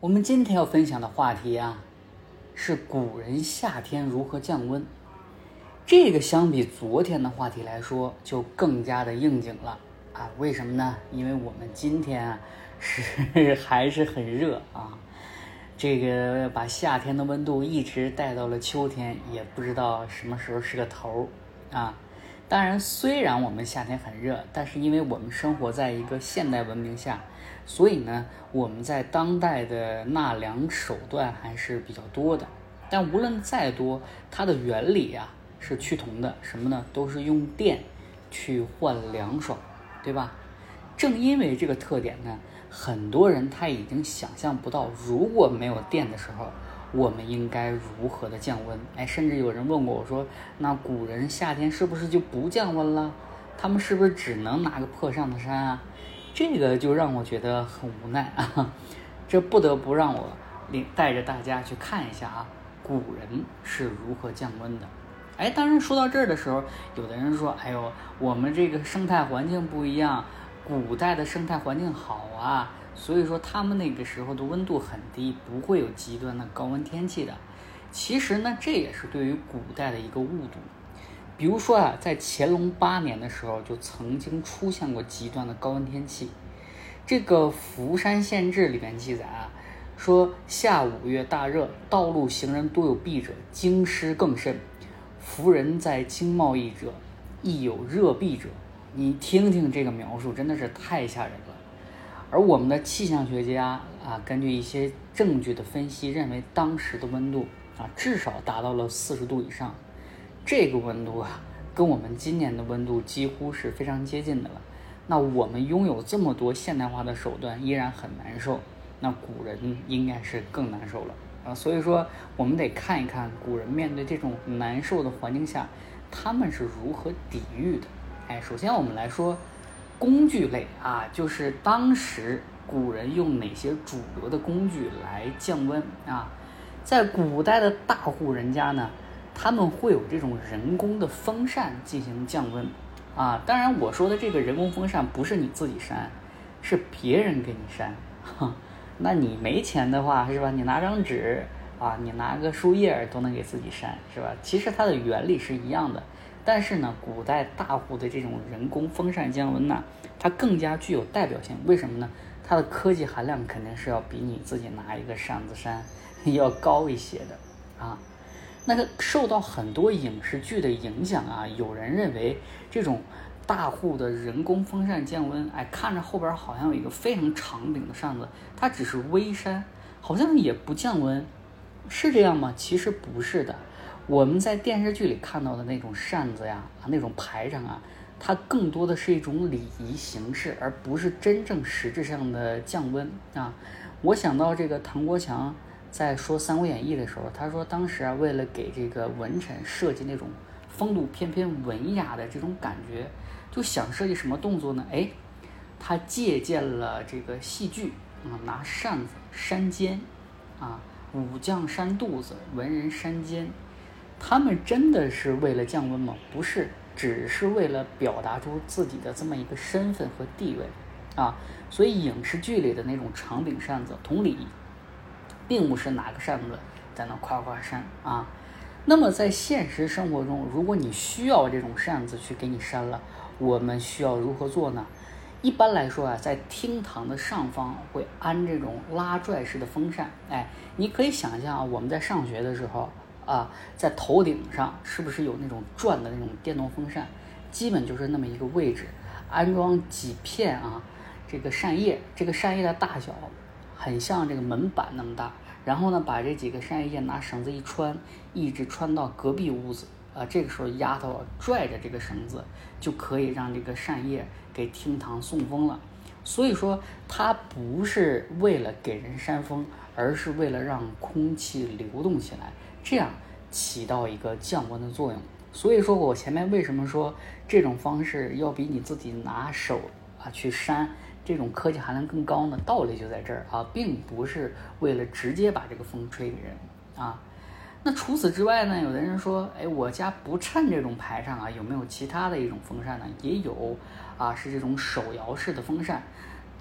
我们今天要分享的话题啊，是古人夏天如何降温。这个相比昨天的话题来说，就更加的应景了啊！为什么呢？因为我们今天啊还是很热啊，这个把夏天的温度一直带到了秋天，也不知道什么时候是个头啊。当然，虽然我们夏天很热，但是因为我们生活在一个现代文明下，所以呢，我们在当代的纳凉手段还是比较多的。但无论再多，它的原理啊是趋同的，什么呢？都是用电去换凉爽，对吧？正因为这个特点呢，很多人他已经想象不到，如果没有电的时候，我们应该如何的降温。甚至有人问过我说，那古人夏天是不是就不降温了？他们是不是只能拿个破扇子扇啊？这个就让我觉得很无奈啊，这不得不让我带着大家去看一下啊，古人是如何降温的。当然说到这儿的时候，有的人说，我们这个生态环境不一样，古代的生态环境好啊，所以说他们那个时候的温度很低，不会有极端的高温天气的。其实呢，这也是对于古代的一个误读。比如说啊，在乾隆8年的时候，就曾经出现过极端的高温天气。这个《福山县志》里面记载啊，说夏5月大热，道路行人多有避者，京师更甚。夫人在京贸易者，亦有热避者。你听听这个描述，真的是太吓人了。而我们的气象学家啊，根据一些证据的分析，认为当时的温度啊，至少达到了40度以上。这个温度啊，跟我们今年的温度几乎是非常接近的了。那我们拥有这么多现代化的手段，依然很难受，那古人应该是更难受了啊。所以说，我们得看一看古人面对这种难受的环境下，他们是如何抵御的。首先我们来说工具类啊，就是当时古人用哪些主流的工具来降温啊？在古代的大户人家呢，他们会有这种人工的风扇进行降温啊。当然我说的这个人工风扇不是你自己扇，是别人给你扇。那你没钱的话是吧，你拿张纸啊，你拿个树叶都能给自己扇是吧？其实它的原理是一样的。但是呢，古代大户的这种人工风扇降温呢，它更加具有代表性。为什么呢？它的科技含量肯定是要比你自己拿一个扇子扇要高一些的啊。那个受到很多影视剧的影响啊，有人认为这种大户的人工风扇降温，看着后边好像有一个非常长柄的扇子，它只是微扇，好像也不降温，是这样吗？其实不是的。我们在电视剧里看到的那种扇子呀，那种排场啊，它更多的是一种礼仪形式，而不是真正实质上的降温啊。我想到这个唐国强在说《三国演义》的时候，他说当时啊，为了给这个文臣设计那种风度翩翩、文雅的这种感觉，就想设计什么动作呢？他借鉴了这个戏剧啊，拿扇子扇肩啊，武将扇肚子，文人扇肩。他们真的是为了降温吗？不是，只是为了表达出自己的这么一个身份和地位啊。所以影视剧里的那种长柄扇子，同理，并不是拿个扇子在那夸夸扇啊。那么在现实生活中，如果你需要这种扇子去给你扇了，我们需要如何做呢？一般来说啊，在厅堂的上方会安这种拉拽式的风扇。你可以想象啊，我们在上学的时候啊，在头顶上是不是有那种转的那种电动风扇？基本就是那么一个位置，安装几片啊，这个扇叶，这个扇叶的大小很像这个门板那么大，然后呢，把这几个扇叶拿绳子一穿，一直穿到隔壁屋子啊，这个时候丫头拽着这个绳子，就可以让这个扇叶给厅堂送风了。所以说，它不是为了给人扇风，而是为了让空气流动起来，这样起到一个降温的作用。所以说我前面为什么说这种方式要比你自己拿手啊去扇这种科技含量更高呢？道理就在这儿啊，并不是为了直接把这个风吹给人啊。那除此之外呢，有的人说，我家不衬这种排场啊，有没有其他的一种风扇呢？也有啊，是这种手摇式的风扇。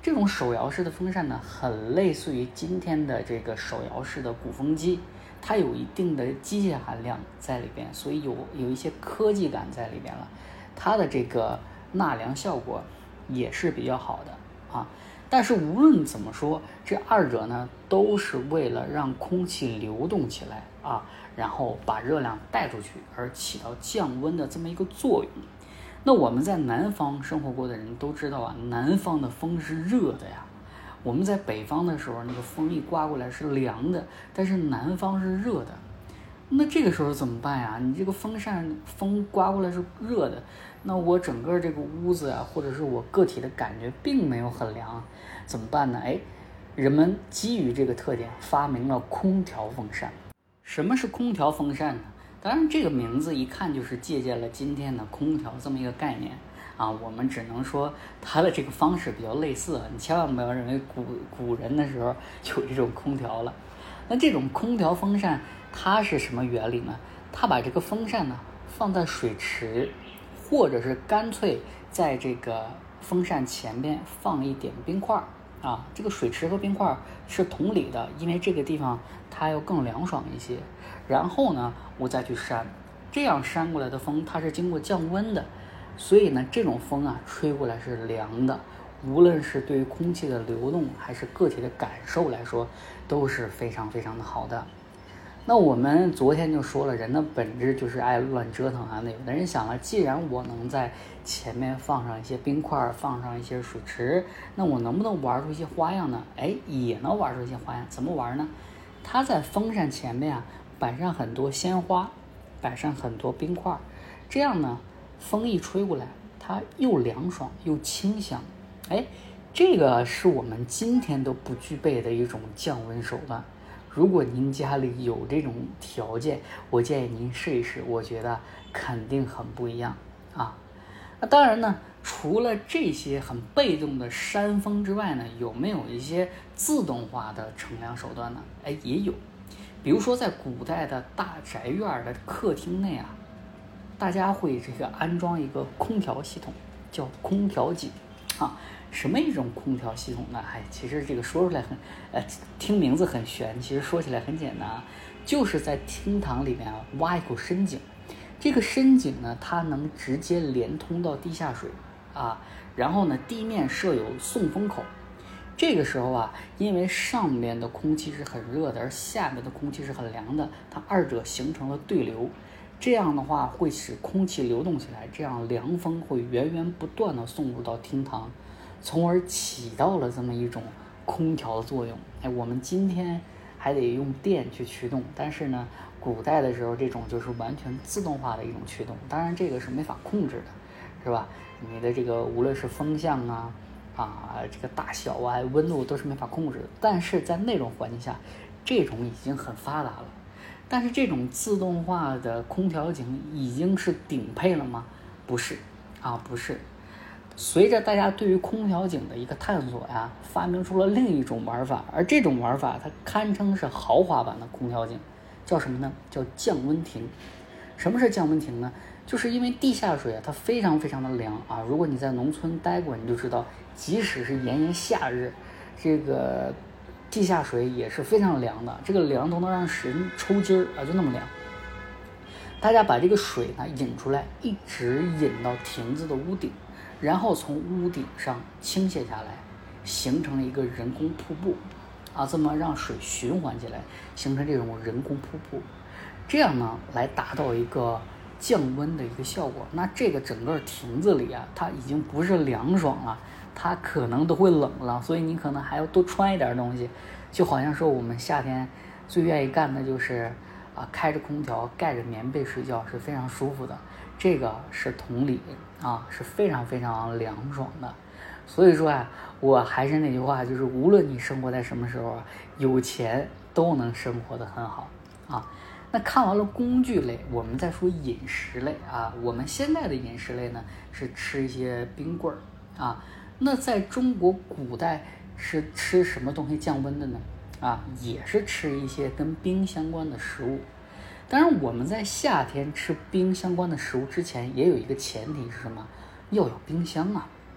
这种手摇式的风扇呢，很类似于今天的这个手摇式的鼓风机，它有一定的机械含量在里边，所以有一些科技感在里边了。它的这个纳凉效果也是比较好的啊。但是无论怎么说，这二者呢都是为了让空气流动起来啊，然后把热量带出去，而起到降温的这么一个作用。那我们在南方生活过的人都知道啊，南方的风是热的呀。我们在北方的时候，那个风一刮过来是凉的，但是南方是热的。那这个时候怎么办呀？你这个风扇风刮过来是热的，那我整个这个屋子啊，或者是我个体的感觉并没有很凉，怎么办呢？人们基于这个特点发明了空调风扇。什么是空调风扇呢？当然这个名字一看就是借鉴了今天的空调这么一个概念啊，我们只能说它的这个方式比较类似，你千万不要认为古人的时候有这种空调了。那这种空调风扇它是什么原理呢？它把这个风扇呢放在水池，或者是干脆在这个风扇前边放一点冰块啊，这个水池和冰块是同理的，因为这个地方它要更凉爽一些。然后呢，我再去扇，这样扇过来的风它是经过降温的，所以呢，这种风啊吹过来是凉的，无论是对于空气的流动还是个体的感受来说，都是非常非常的好的。那我们昨天就说了，人的本质就是爱乱折腾啊。那有的人想了，既然我能在前面放上一些冰块，放上一些水池，那我能不能玩出一些花样呢？也能玩出一些花样。怎么玩呢？它在风扇前面啊摆上很多鲜花，摆上很多冰块，这样呢，风一吹过来，它又凉爽又清香。这个是我们今天都不具备的一种降温手段。如果您家里有这种条件，我建议您试一试，我觉得肯定很不一样啊。那当然呢，除了这些很被动的扇风之外呢，有没有一些自动化的乘凉手段呢？也有。比如说在古代的大宅院的客厅内啊，大家会这个安装一个空调系统，叫空调井啊。什么一种空调系统呢？其实这个说出来听名字很玄，其实说起来很简单啊，就是在厅堂里面挖一口深井，这个深井呢，它能直接连通到地下水啊，然后呢，地面设有送风口。这个时候啊，因为上面的空气是很热的，而下面的空气是很凉的，它二者形成了对流，这样的话会使空气流动起来，这样凉风会源源不断的送入到厅堂，从而起到了这么一种空调的作用。我们今天还得用电去驱动，但是呢，古代的时候这种就是完全自动化的一种驱动，当然这个是没法控制的，是吧？你的这个无论是风向这个大小啊，温度都是没法控制的。但是在那种环境下，这种已经很发达了。但是这种自动化的空调井已经是顶配了吗？不是不是。随着大家对于空调井的一个探索呀，发明出了另一种玩法，而这种玩法它堪称是豪华版的空调井，叫什么呢？叫降温亭。什么是降温亭呢？就是因为地下水它非常非常的凉啊。如果你在农村待过，你就知道，即使是炎炎夏日，这个地下水也是非常凉的，这个凉都能让人抽筋儿就那么凉。大家把这个水呢引出来，一直引到亭子的屋顶，然后从屋顶上倾泻下来，形成了一个人工瀑布这么让水循环起来，形成这种人工瀑布，这样呢来达到一个降温的一个效果。那这个整个亭子里它已经不是凉爽了，它可能都会冷了，所以你可能还要多穿一点东西。就好像说我们夏天最愿意干的就是开着空调盖着棉被睡觉是非常舒服的，这个是同理是非常非常凉爽的。所以说我还是那句话，就是无论你生活在什么时候有钱都能生活得很好那看完了工具类，我们再说饮食类我们现在的饮食类呢是吃一些冰棍儿那在中国古代是吃什么东西降温的呢？也是吃一些跟冰相关的食物。当然我们在夏天吃冰相关的食物之前，也有一个前提是什么？要有冰箱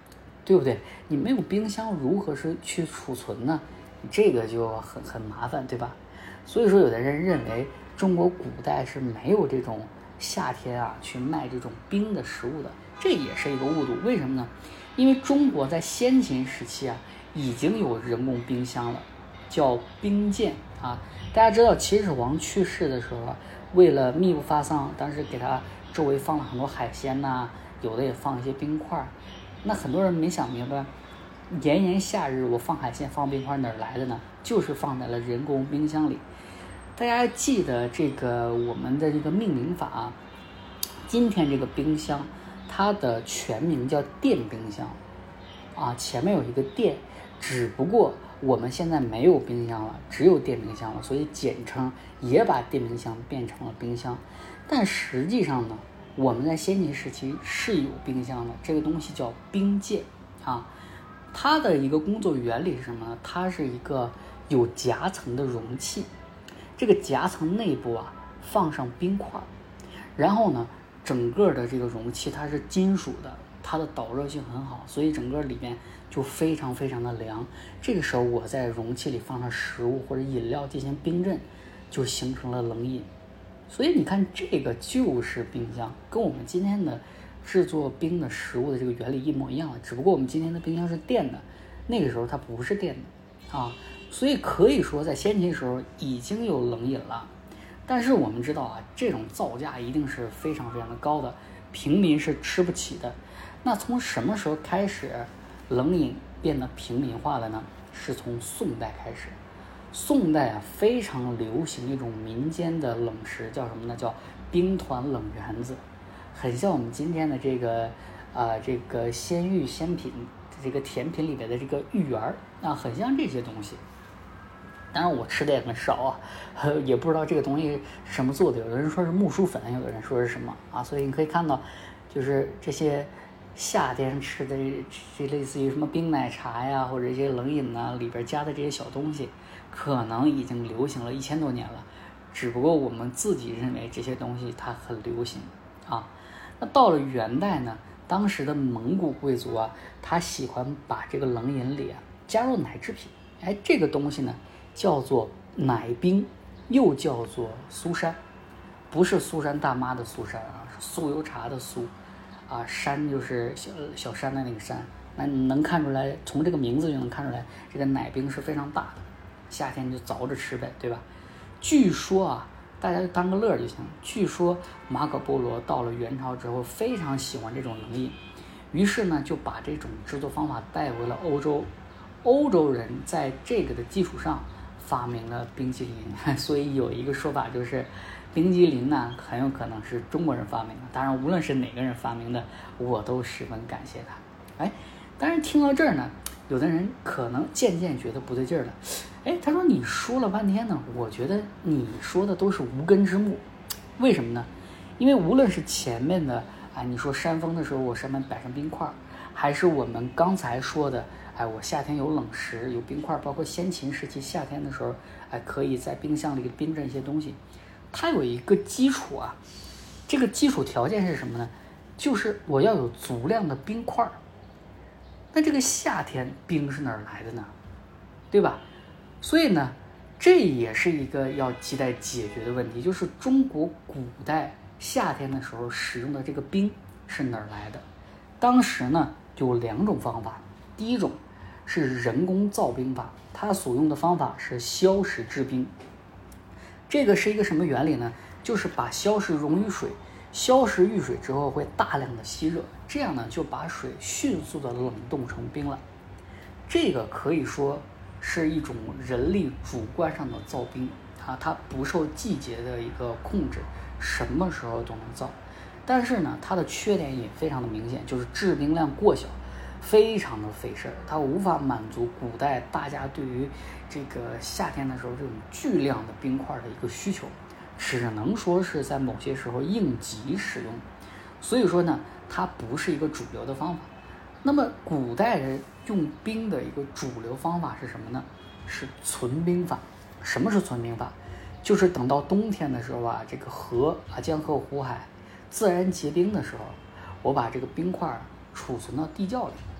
对不对？你没有冰箱，如何是去储存呢？这个就很麻烦，对吧？所以说，有的人认为中国古代是没有这种夏天啊去卖这种冰的食物的，这也是一个误读。为什么呢？因为中国在先秦时期啊已经有人工冰箱了，叫冰鉴啊。大家知道秦始皇去世的时候啊，为了秘不发丧，当时给他周围放了很多海鲜呐，有的也放一些冰块。那很多人没想明白，炎炎夏日我放海鲜放冰块哪儿来的呢？就是放在了人工冰箱里。大家记得这个我们的这个命名法啊，今天这个冰箱它的全名叫电冰箱啊，前面有一个电，只不过我们现在没有冰箱了，只有电冰箱了，所以简称也把电冰箱变成了冰箱。但实际上呢，我们在先秦时期是有冰箱的，这个东西叫冰鉴啊。它的一个工作原理是什么呢？它是一个有夹层的容器，这个夹层内部啊放上冰块，然后呢，整个的这个容器它是金属的，它的导热性很好，所以整个里面就非常非常的凉。这个时候我在容器里放上食物或者饮料进行冰镇，就形成了冷饮。所以你看，这个就是冰箱，跟我们今天的制作冰的食物的这个原理一模一样的，只不过我们今天的冰箱是电的，那个时候它不是电的啊。所以可以说在先秦时候已经有冷饮了。但是我们知道啊，这种造价一定是非常非常的高的，平民是吃不起的。那从什么时候开始冷饮变得平民化了呢？是从宋代开始。宋代啊非常流行一种民间的冷食，叫什么呢？叫冰团冷圆子，很像我们今天的这个鲜芋鲜品这个甜品里面的这个芋圆啊，很像这些东西。当然我吃的也很少啊，也不知道这个东西是什么做的，有的人说是木薯粉，有的人说是什么啊，所以你可以看到，就是这些夏天吃的这类似于什么冰奶茶呀，或者一些冷饮呐，里边加的这些小东西，可能已经流行了1000多年了，只不过我们自己认为这些东西它很流行啊。那到了元代呢，当时的蒙古贵族啊，他喜欢把这个冷饮里啊加入奶制品，哎，这个东西呢叫做奶冰，又叫做苏珊，不是苏珊大妈的苏珊啊，是酥油茶的酥啊，珊就是小山的那个山。那你能看出来，从这个名字就能看出来，这个奶冰是非常大的，夏天就凿着吃呗，对吧？据说啊，大家就当个乐就行。据说马可波罗到了元朝之后，非常喜欢这种冷饮，于是呢就把这种制作方法带回了欧洲。欧洲人在这个的基础上发明了冰淇淋，所以有一个说法就是，冰激凌呢很有可能是中国人发明的。当然，无论是哪个人发明的，我都十分感谢他。哎，当然听到这儿呢，有的人可能渐渐觉得不对劲儿了。哎，他说你说了半天呢，我觉得你说的都是无根之木。为什么呢？因为无论是前面的你说山峰的时候我上面摆上冰块，还是我们刚才说的我夏天有冷食有冰块，包括先秦时期夏天的时候可以在冰箱里冰镇一些东西，它有一个基础啊。这个基础条件是什么呢？就是我要有足量的冰块。那这个夏天冰是哪儿来的呢？对吧？所以呢，这也是一个要亟待解决的问题，就是中国古代夏天的时候使用的这个冰是哪儿来的？当时呢有2种方法。第一种是人工造冰法，它所用的方法是消石制冰。这个是一个什么原理呢？就是把消石溶于水，消石遇水之后会大量的吸热，这样呢就把水迅速的冷冻成冰了。这个可以说是一种人力主观上的造冰啊，它不受季节的一个控制，什么时候都能造。但是呢，它的缺点也非常的明显，就是制冰量过小，非常的费事儿，它无法满足古代大家对于这个夏天的时候这种巨量的冰块的一个需求，只能说是在某些时候应急使用。所以说呢，它不是一个主流的方法。那么古代人用冰的一个主流方法是什么呢？是存冰法。什么是存冰法？就是等到冬天的时候这个江河湖海自然结冰的时候，我把这个冰块储存到地窖里，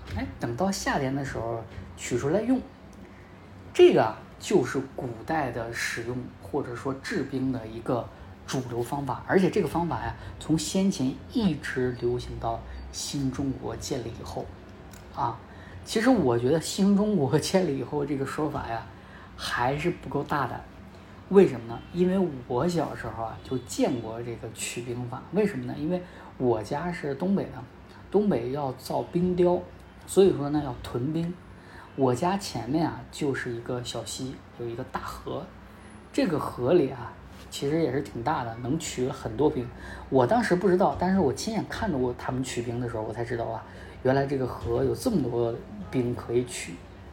等到夏天的时候取出来用。这个就是古代的使用或者说制冰的一个主流方法，而且这个方法呀，从先秦一直流行到新中国建立以后，其实我觉得新中国建立以后这个说法呀，还是不够大胆。为什么呢？因为我小时候就见过这个取冰法。为什么呢？因为我家是东北的，东北要造冰雕，所以说呢要屯冰。我家前面就是一个小溪，有一个大河，这个河里其实也是挺大的，能取很多冰。我当时不知道，但是我亲眼看着过他们取冰的时候，我才知道原来这个河有这么多冰可以取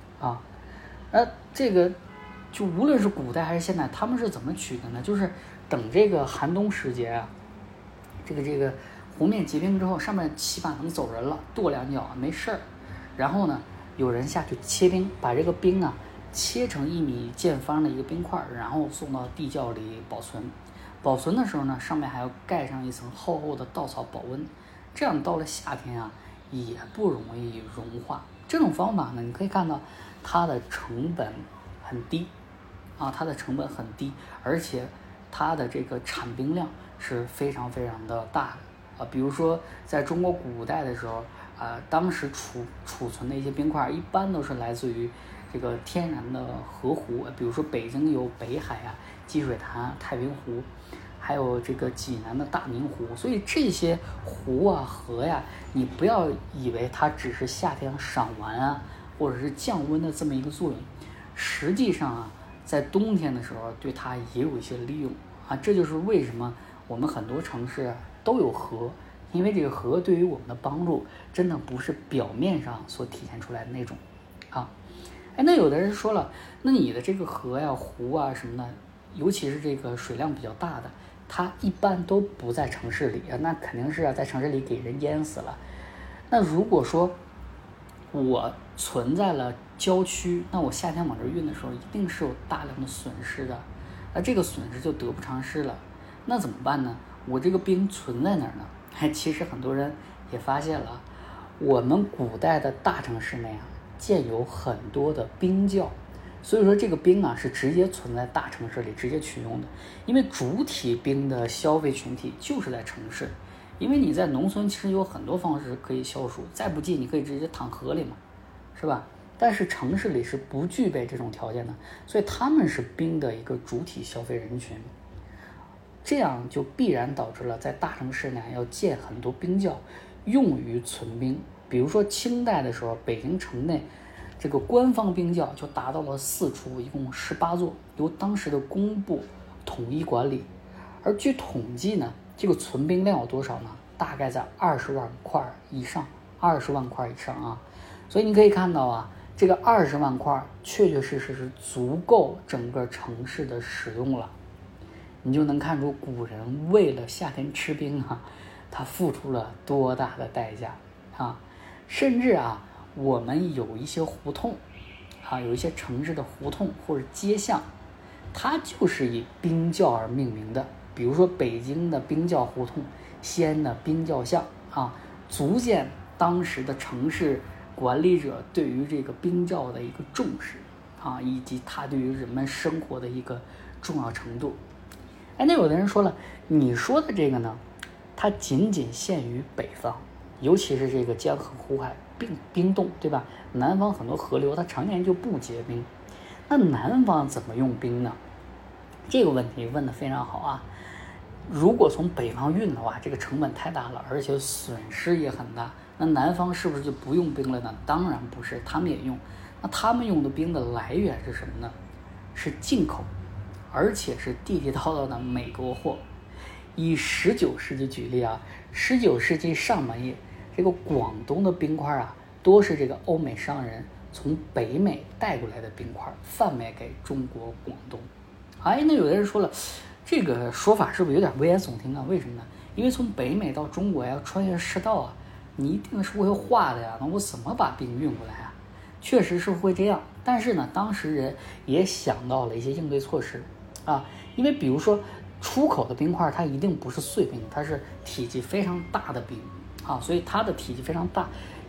这个就无论是古代还是现代，他们是怎么取的呢？就是等这个寒冬时节这个湖面结冰之后，上面起码能走人了，跺两脚没事儿。然后呢，有人下去切冰，把这个冰切成1米见方的一个冰块，然后送到地窖里保存。保存的时候呢，上面还要盖上一层厚厚的稻草保温，这样到了夏天也不容易融化。这种方法呢，你可以看到它的成本很低它的成本很低，而且它的这个产冰量是非常非常的大的比如说在中国古代的时候当时储存的一些冰块一般都是来自于这个天然的河湖，比如说北京有北海积水潭、太平湖，还有这个济南的大明湖。所以这些湖河你不要以为它只是夏天赏玩或者是降温的这么一个作用，实际上在冬天的时候对它也有一些利用这就是为什么我们很多城市都有河，因为这个河对于我们的帮助真的不是表面上所体现出来的那种那有的人说了，那你的这个河湖什么的，尤其是这个水量比较大的，它一般都不在城市里那肯定是在城市里给人淹死了。那如果说我存在了郊区，那我夏天往这运的时候一定是有大量的损失的，那这个损失就得不偿失了。那怎么办呢？我这个冰存在哪儿呢？其实很多人也发现了，我们古代的大城市内建有很多的冰窖，所以说这个冰是直接存在大城市里直接取用的。因为主体冰的消费群体就是在城市，因为你在农村其实有很多方式可以消暑，再不济你可以直接躺河里嘛，是吧？但是城市里是不具备这种条件的，所以他们是冰的一个主体消费人群，这样就必然导致了在大城市要建很多冰窖用于存冰。比如说清代的时候，北京城内这个官方冰窖就达到了4处，一共18座，由当时的工部统一管理。而据统计呢，这个存冰量有多少呢？大概在20万块以上，20万块以上所以你可以看到这个20万块确确实实是足够整个城市的使用了。你就能看出古人为了夏天吃冰他付出了多大的代价甚至我们有一些胡同有一些城市的胡同或者街巷，它就是以冰窖而命名的。比如说北京的冰窖胡同，西安的冰窖巷足见当时的城市管理者对于这个冰窖的一个重视以及它对于人们生活的一个重要程度。那有的人说了，你说的这个呢，它仅仅限于北方，尤其是这个江河湖海冰冻，对吧？南方很多河流它常年就不结冰，那南方怎么用冰呢？这个问题问得非常好如果从北方运的话，这个成本太大了，而且损失也很大。那南方是不是就不用冰了呢？当然不是，他们也用。那他们用的冰的来源是什么呢？是进口，而且是地地道道的美国货。以19世纪举例19世纪上半叶，这个广东的冰块多是这个欧美商人从北美带过来的冰块，贩卖给中国广东。那有的人说了，这个说法是不是有点危言耸听为什么呢？因为从北美到中国要穿越赤道你一定是会化的那我怎么把冰运过来确实是会这样，但是呢，当时人也想到了一些应对措施因为比如说出口的冰块它一定不是碎冰，它是体积非常大的冰所以它的体积非常大，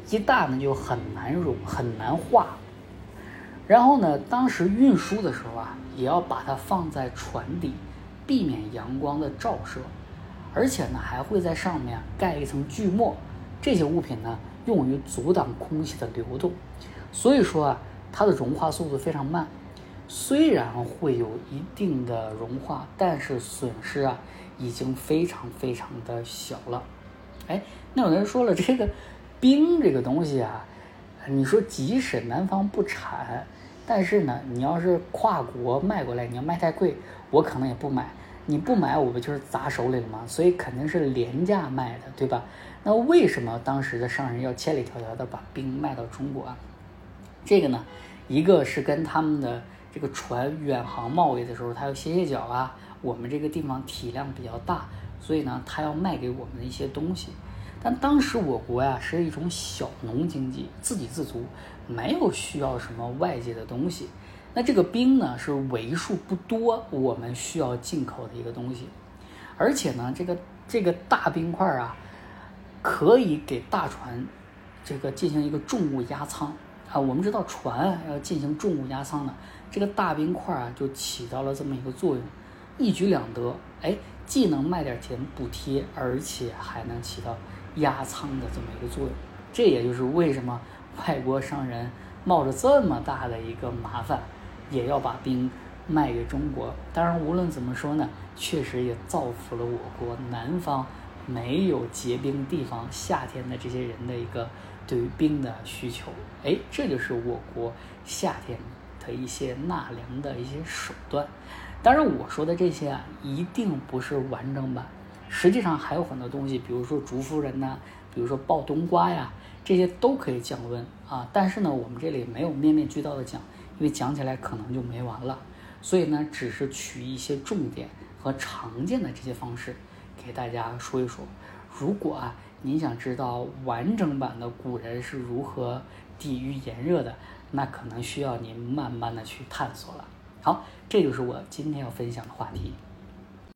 一大呢就很难融很难化。然后呢，当时运输的时候啊，也要把它放在船底，避免阳光的照射，而且呢还会在上面盖一层锯末，这些物品呢用于阻挡空气的流动。所以说啊，它的融化速度非常慢，虽然会有一定的融化，但是损失啊已经非常非常的小了。哎，那有人说了，这个冰这个东西啊，你说即使南方不产，但是呢，你要是跨国卖过来，你要卖太贵，我可能也不买。你不买，我不就是砸手里了吗？所以肯定是廉价卖的，对吧？那为什么当时的商人要千里迢迢的把冰卖到中国啊？这个呢，一个是跟他们的这个船远航贸易的时候，他要歇脚啊。我们这个地方体量比较大，所以呢，他要卖给我们的一些东西。但当时我国呀是一种小农经济，自给自足，没有需要什么外界的东西。那这个冰呢是为数不多我们需要进口的一个东西，而且呢，这个大冰块啊，可以给大船这个进行一个重物压舱啊。我们知道船要进行重物压舱呢，这个大冰块啊就起到了这么一个作用，一举两得。哎，既能卖点钱补贴，而且还能起到压舱的这么一个作用。这也就是为什么外国商人冒着这么大的一个麻烦，也要把冰卖给中国。当然，无论怎么说呢，确实也造福了我国南方没有结冰地方夏天的这些人的一个对于冰的需求。哎，这就是我国夏天的一些纳凉的一些手段。当然，我说的这些啊，一定不是完整版。实际上还有很多东西，比如说竹夫人呐，比如说爆冬瓜呀，这些都可以降温啊。但是呢，我们这里没有面面俱到的讲，因为讲起来可能就没完了。所以呢，只是取一些重点和常见的这些方式给大家说一说。如果啊，您想知道完整版的古人是如何抵御炎热的，那可能需要您慢慢的去探索了。好，这就是我今天要分享的话题。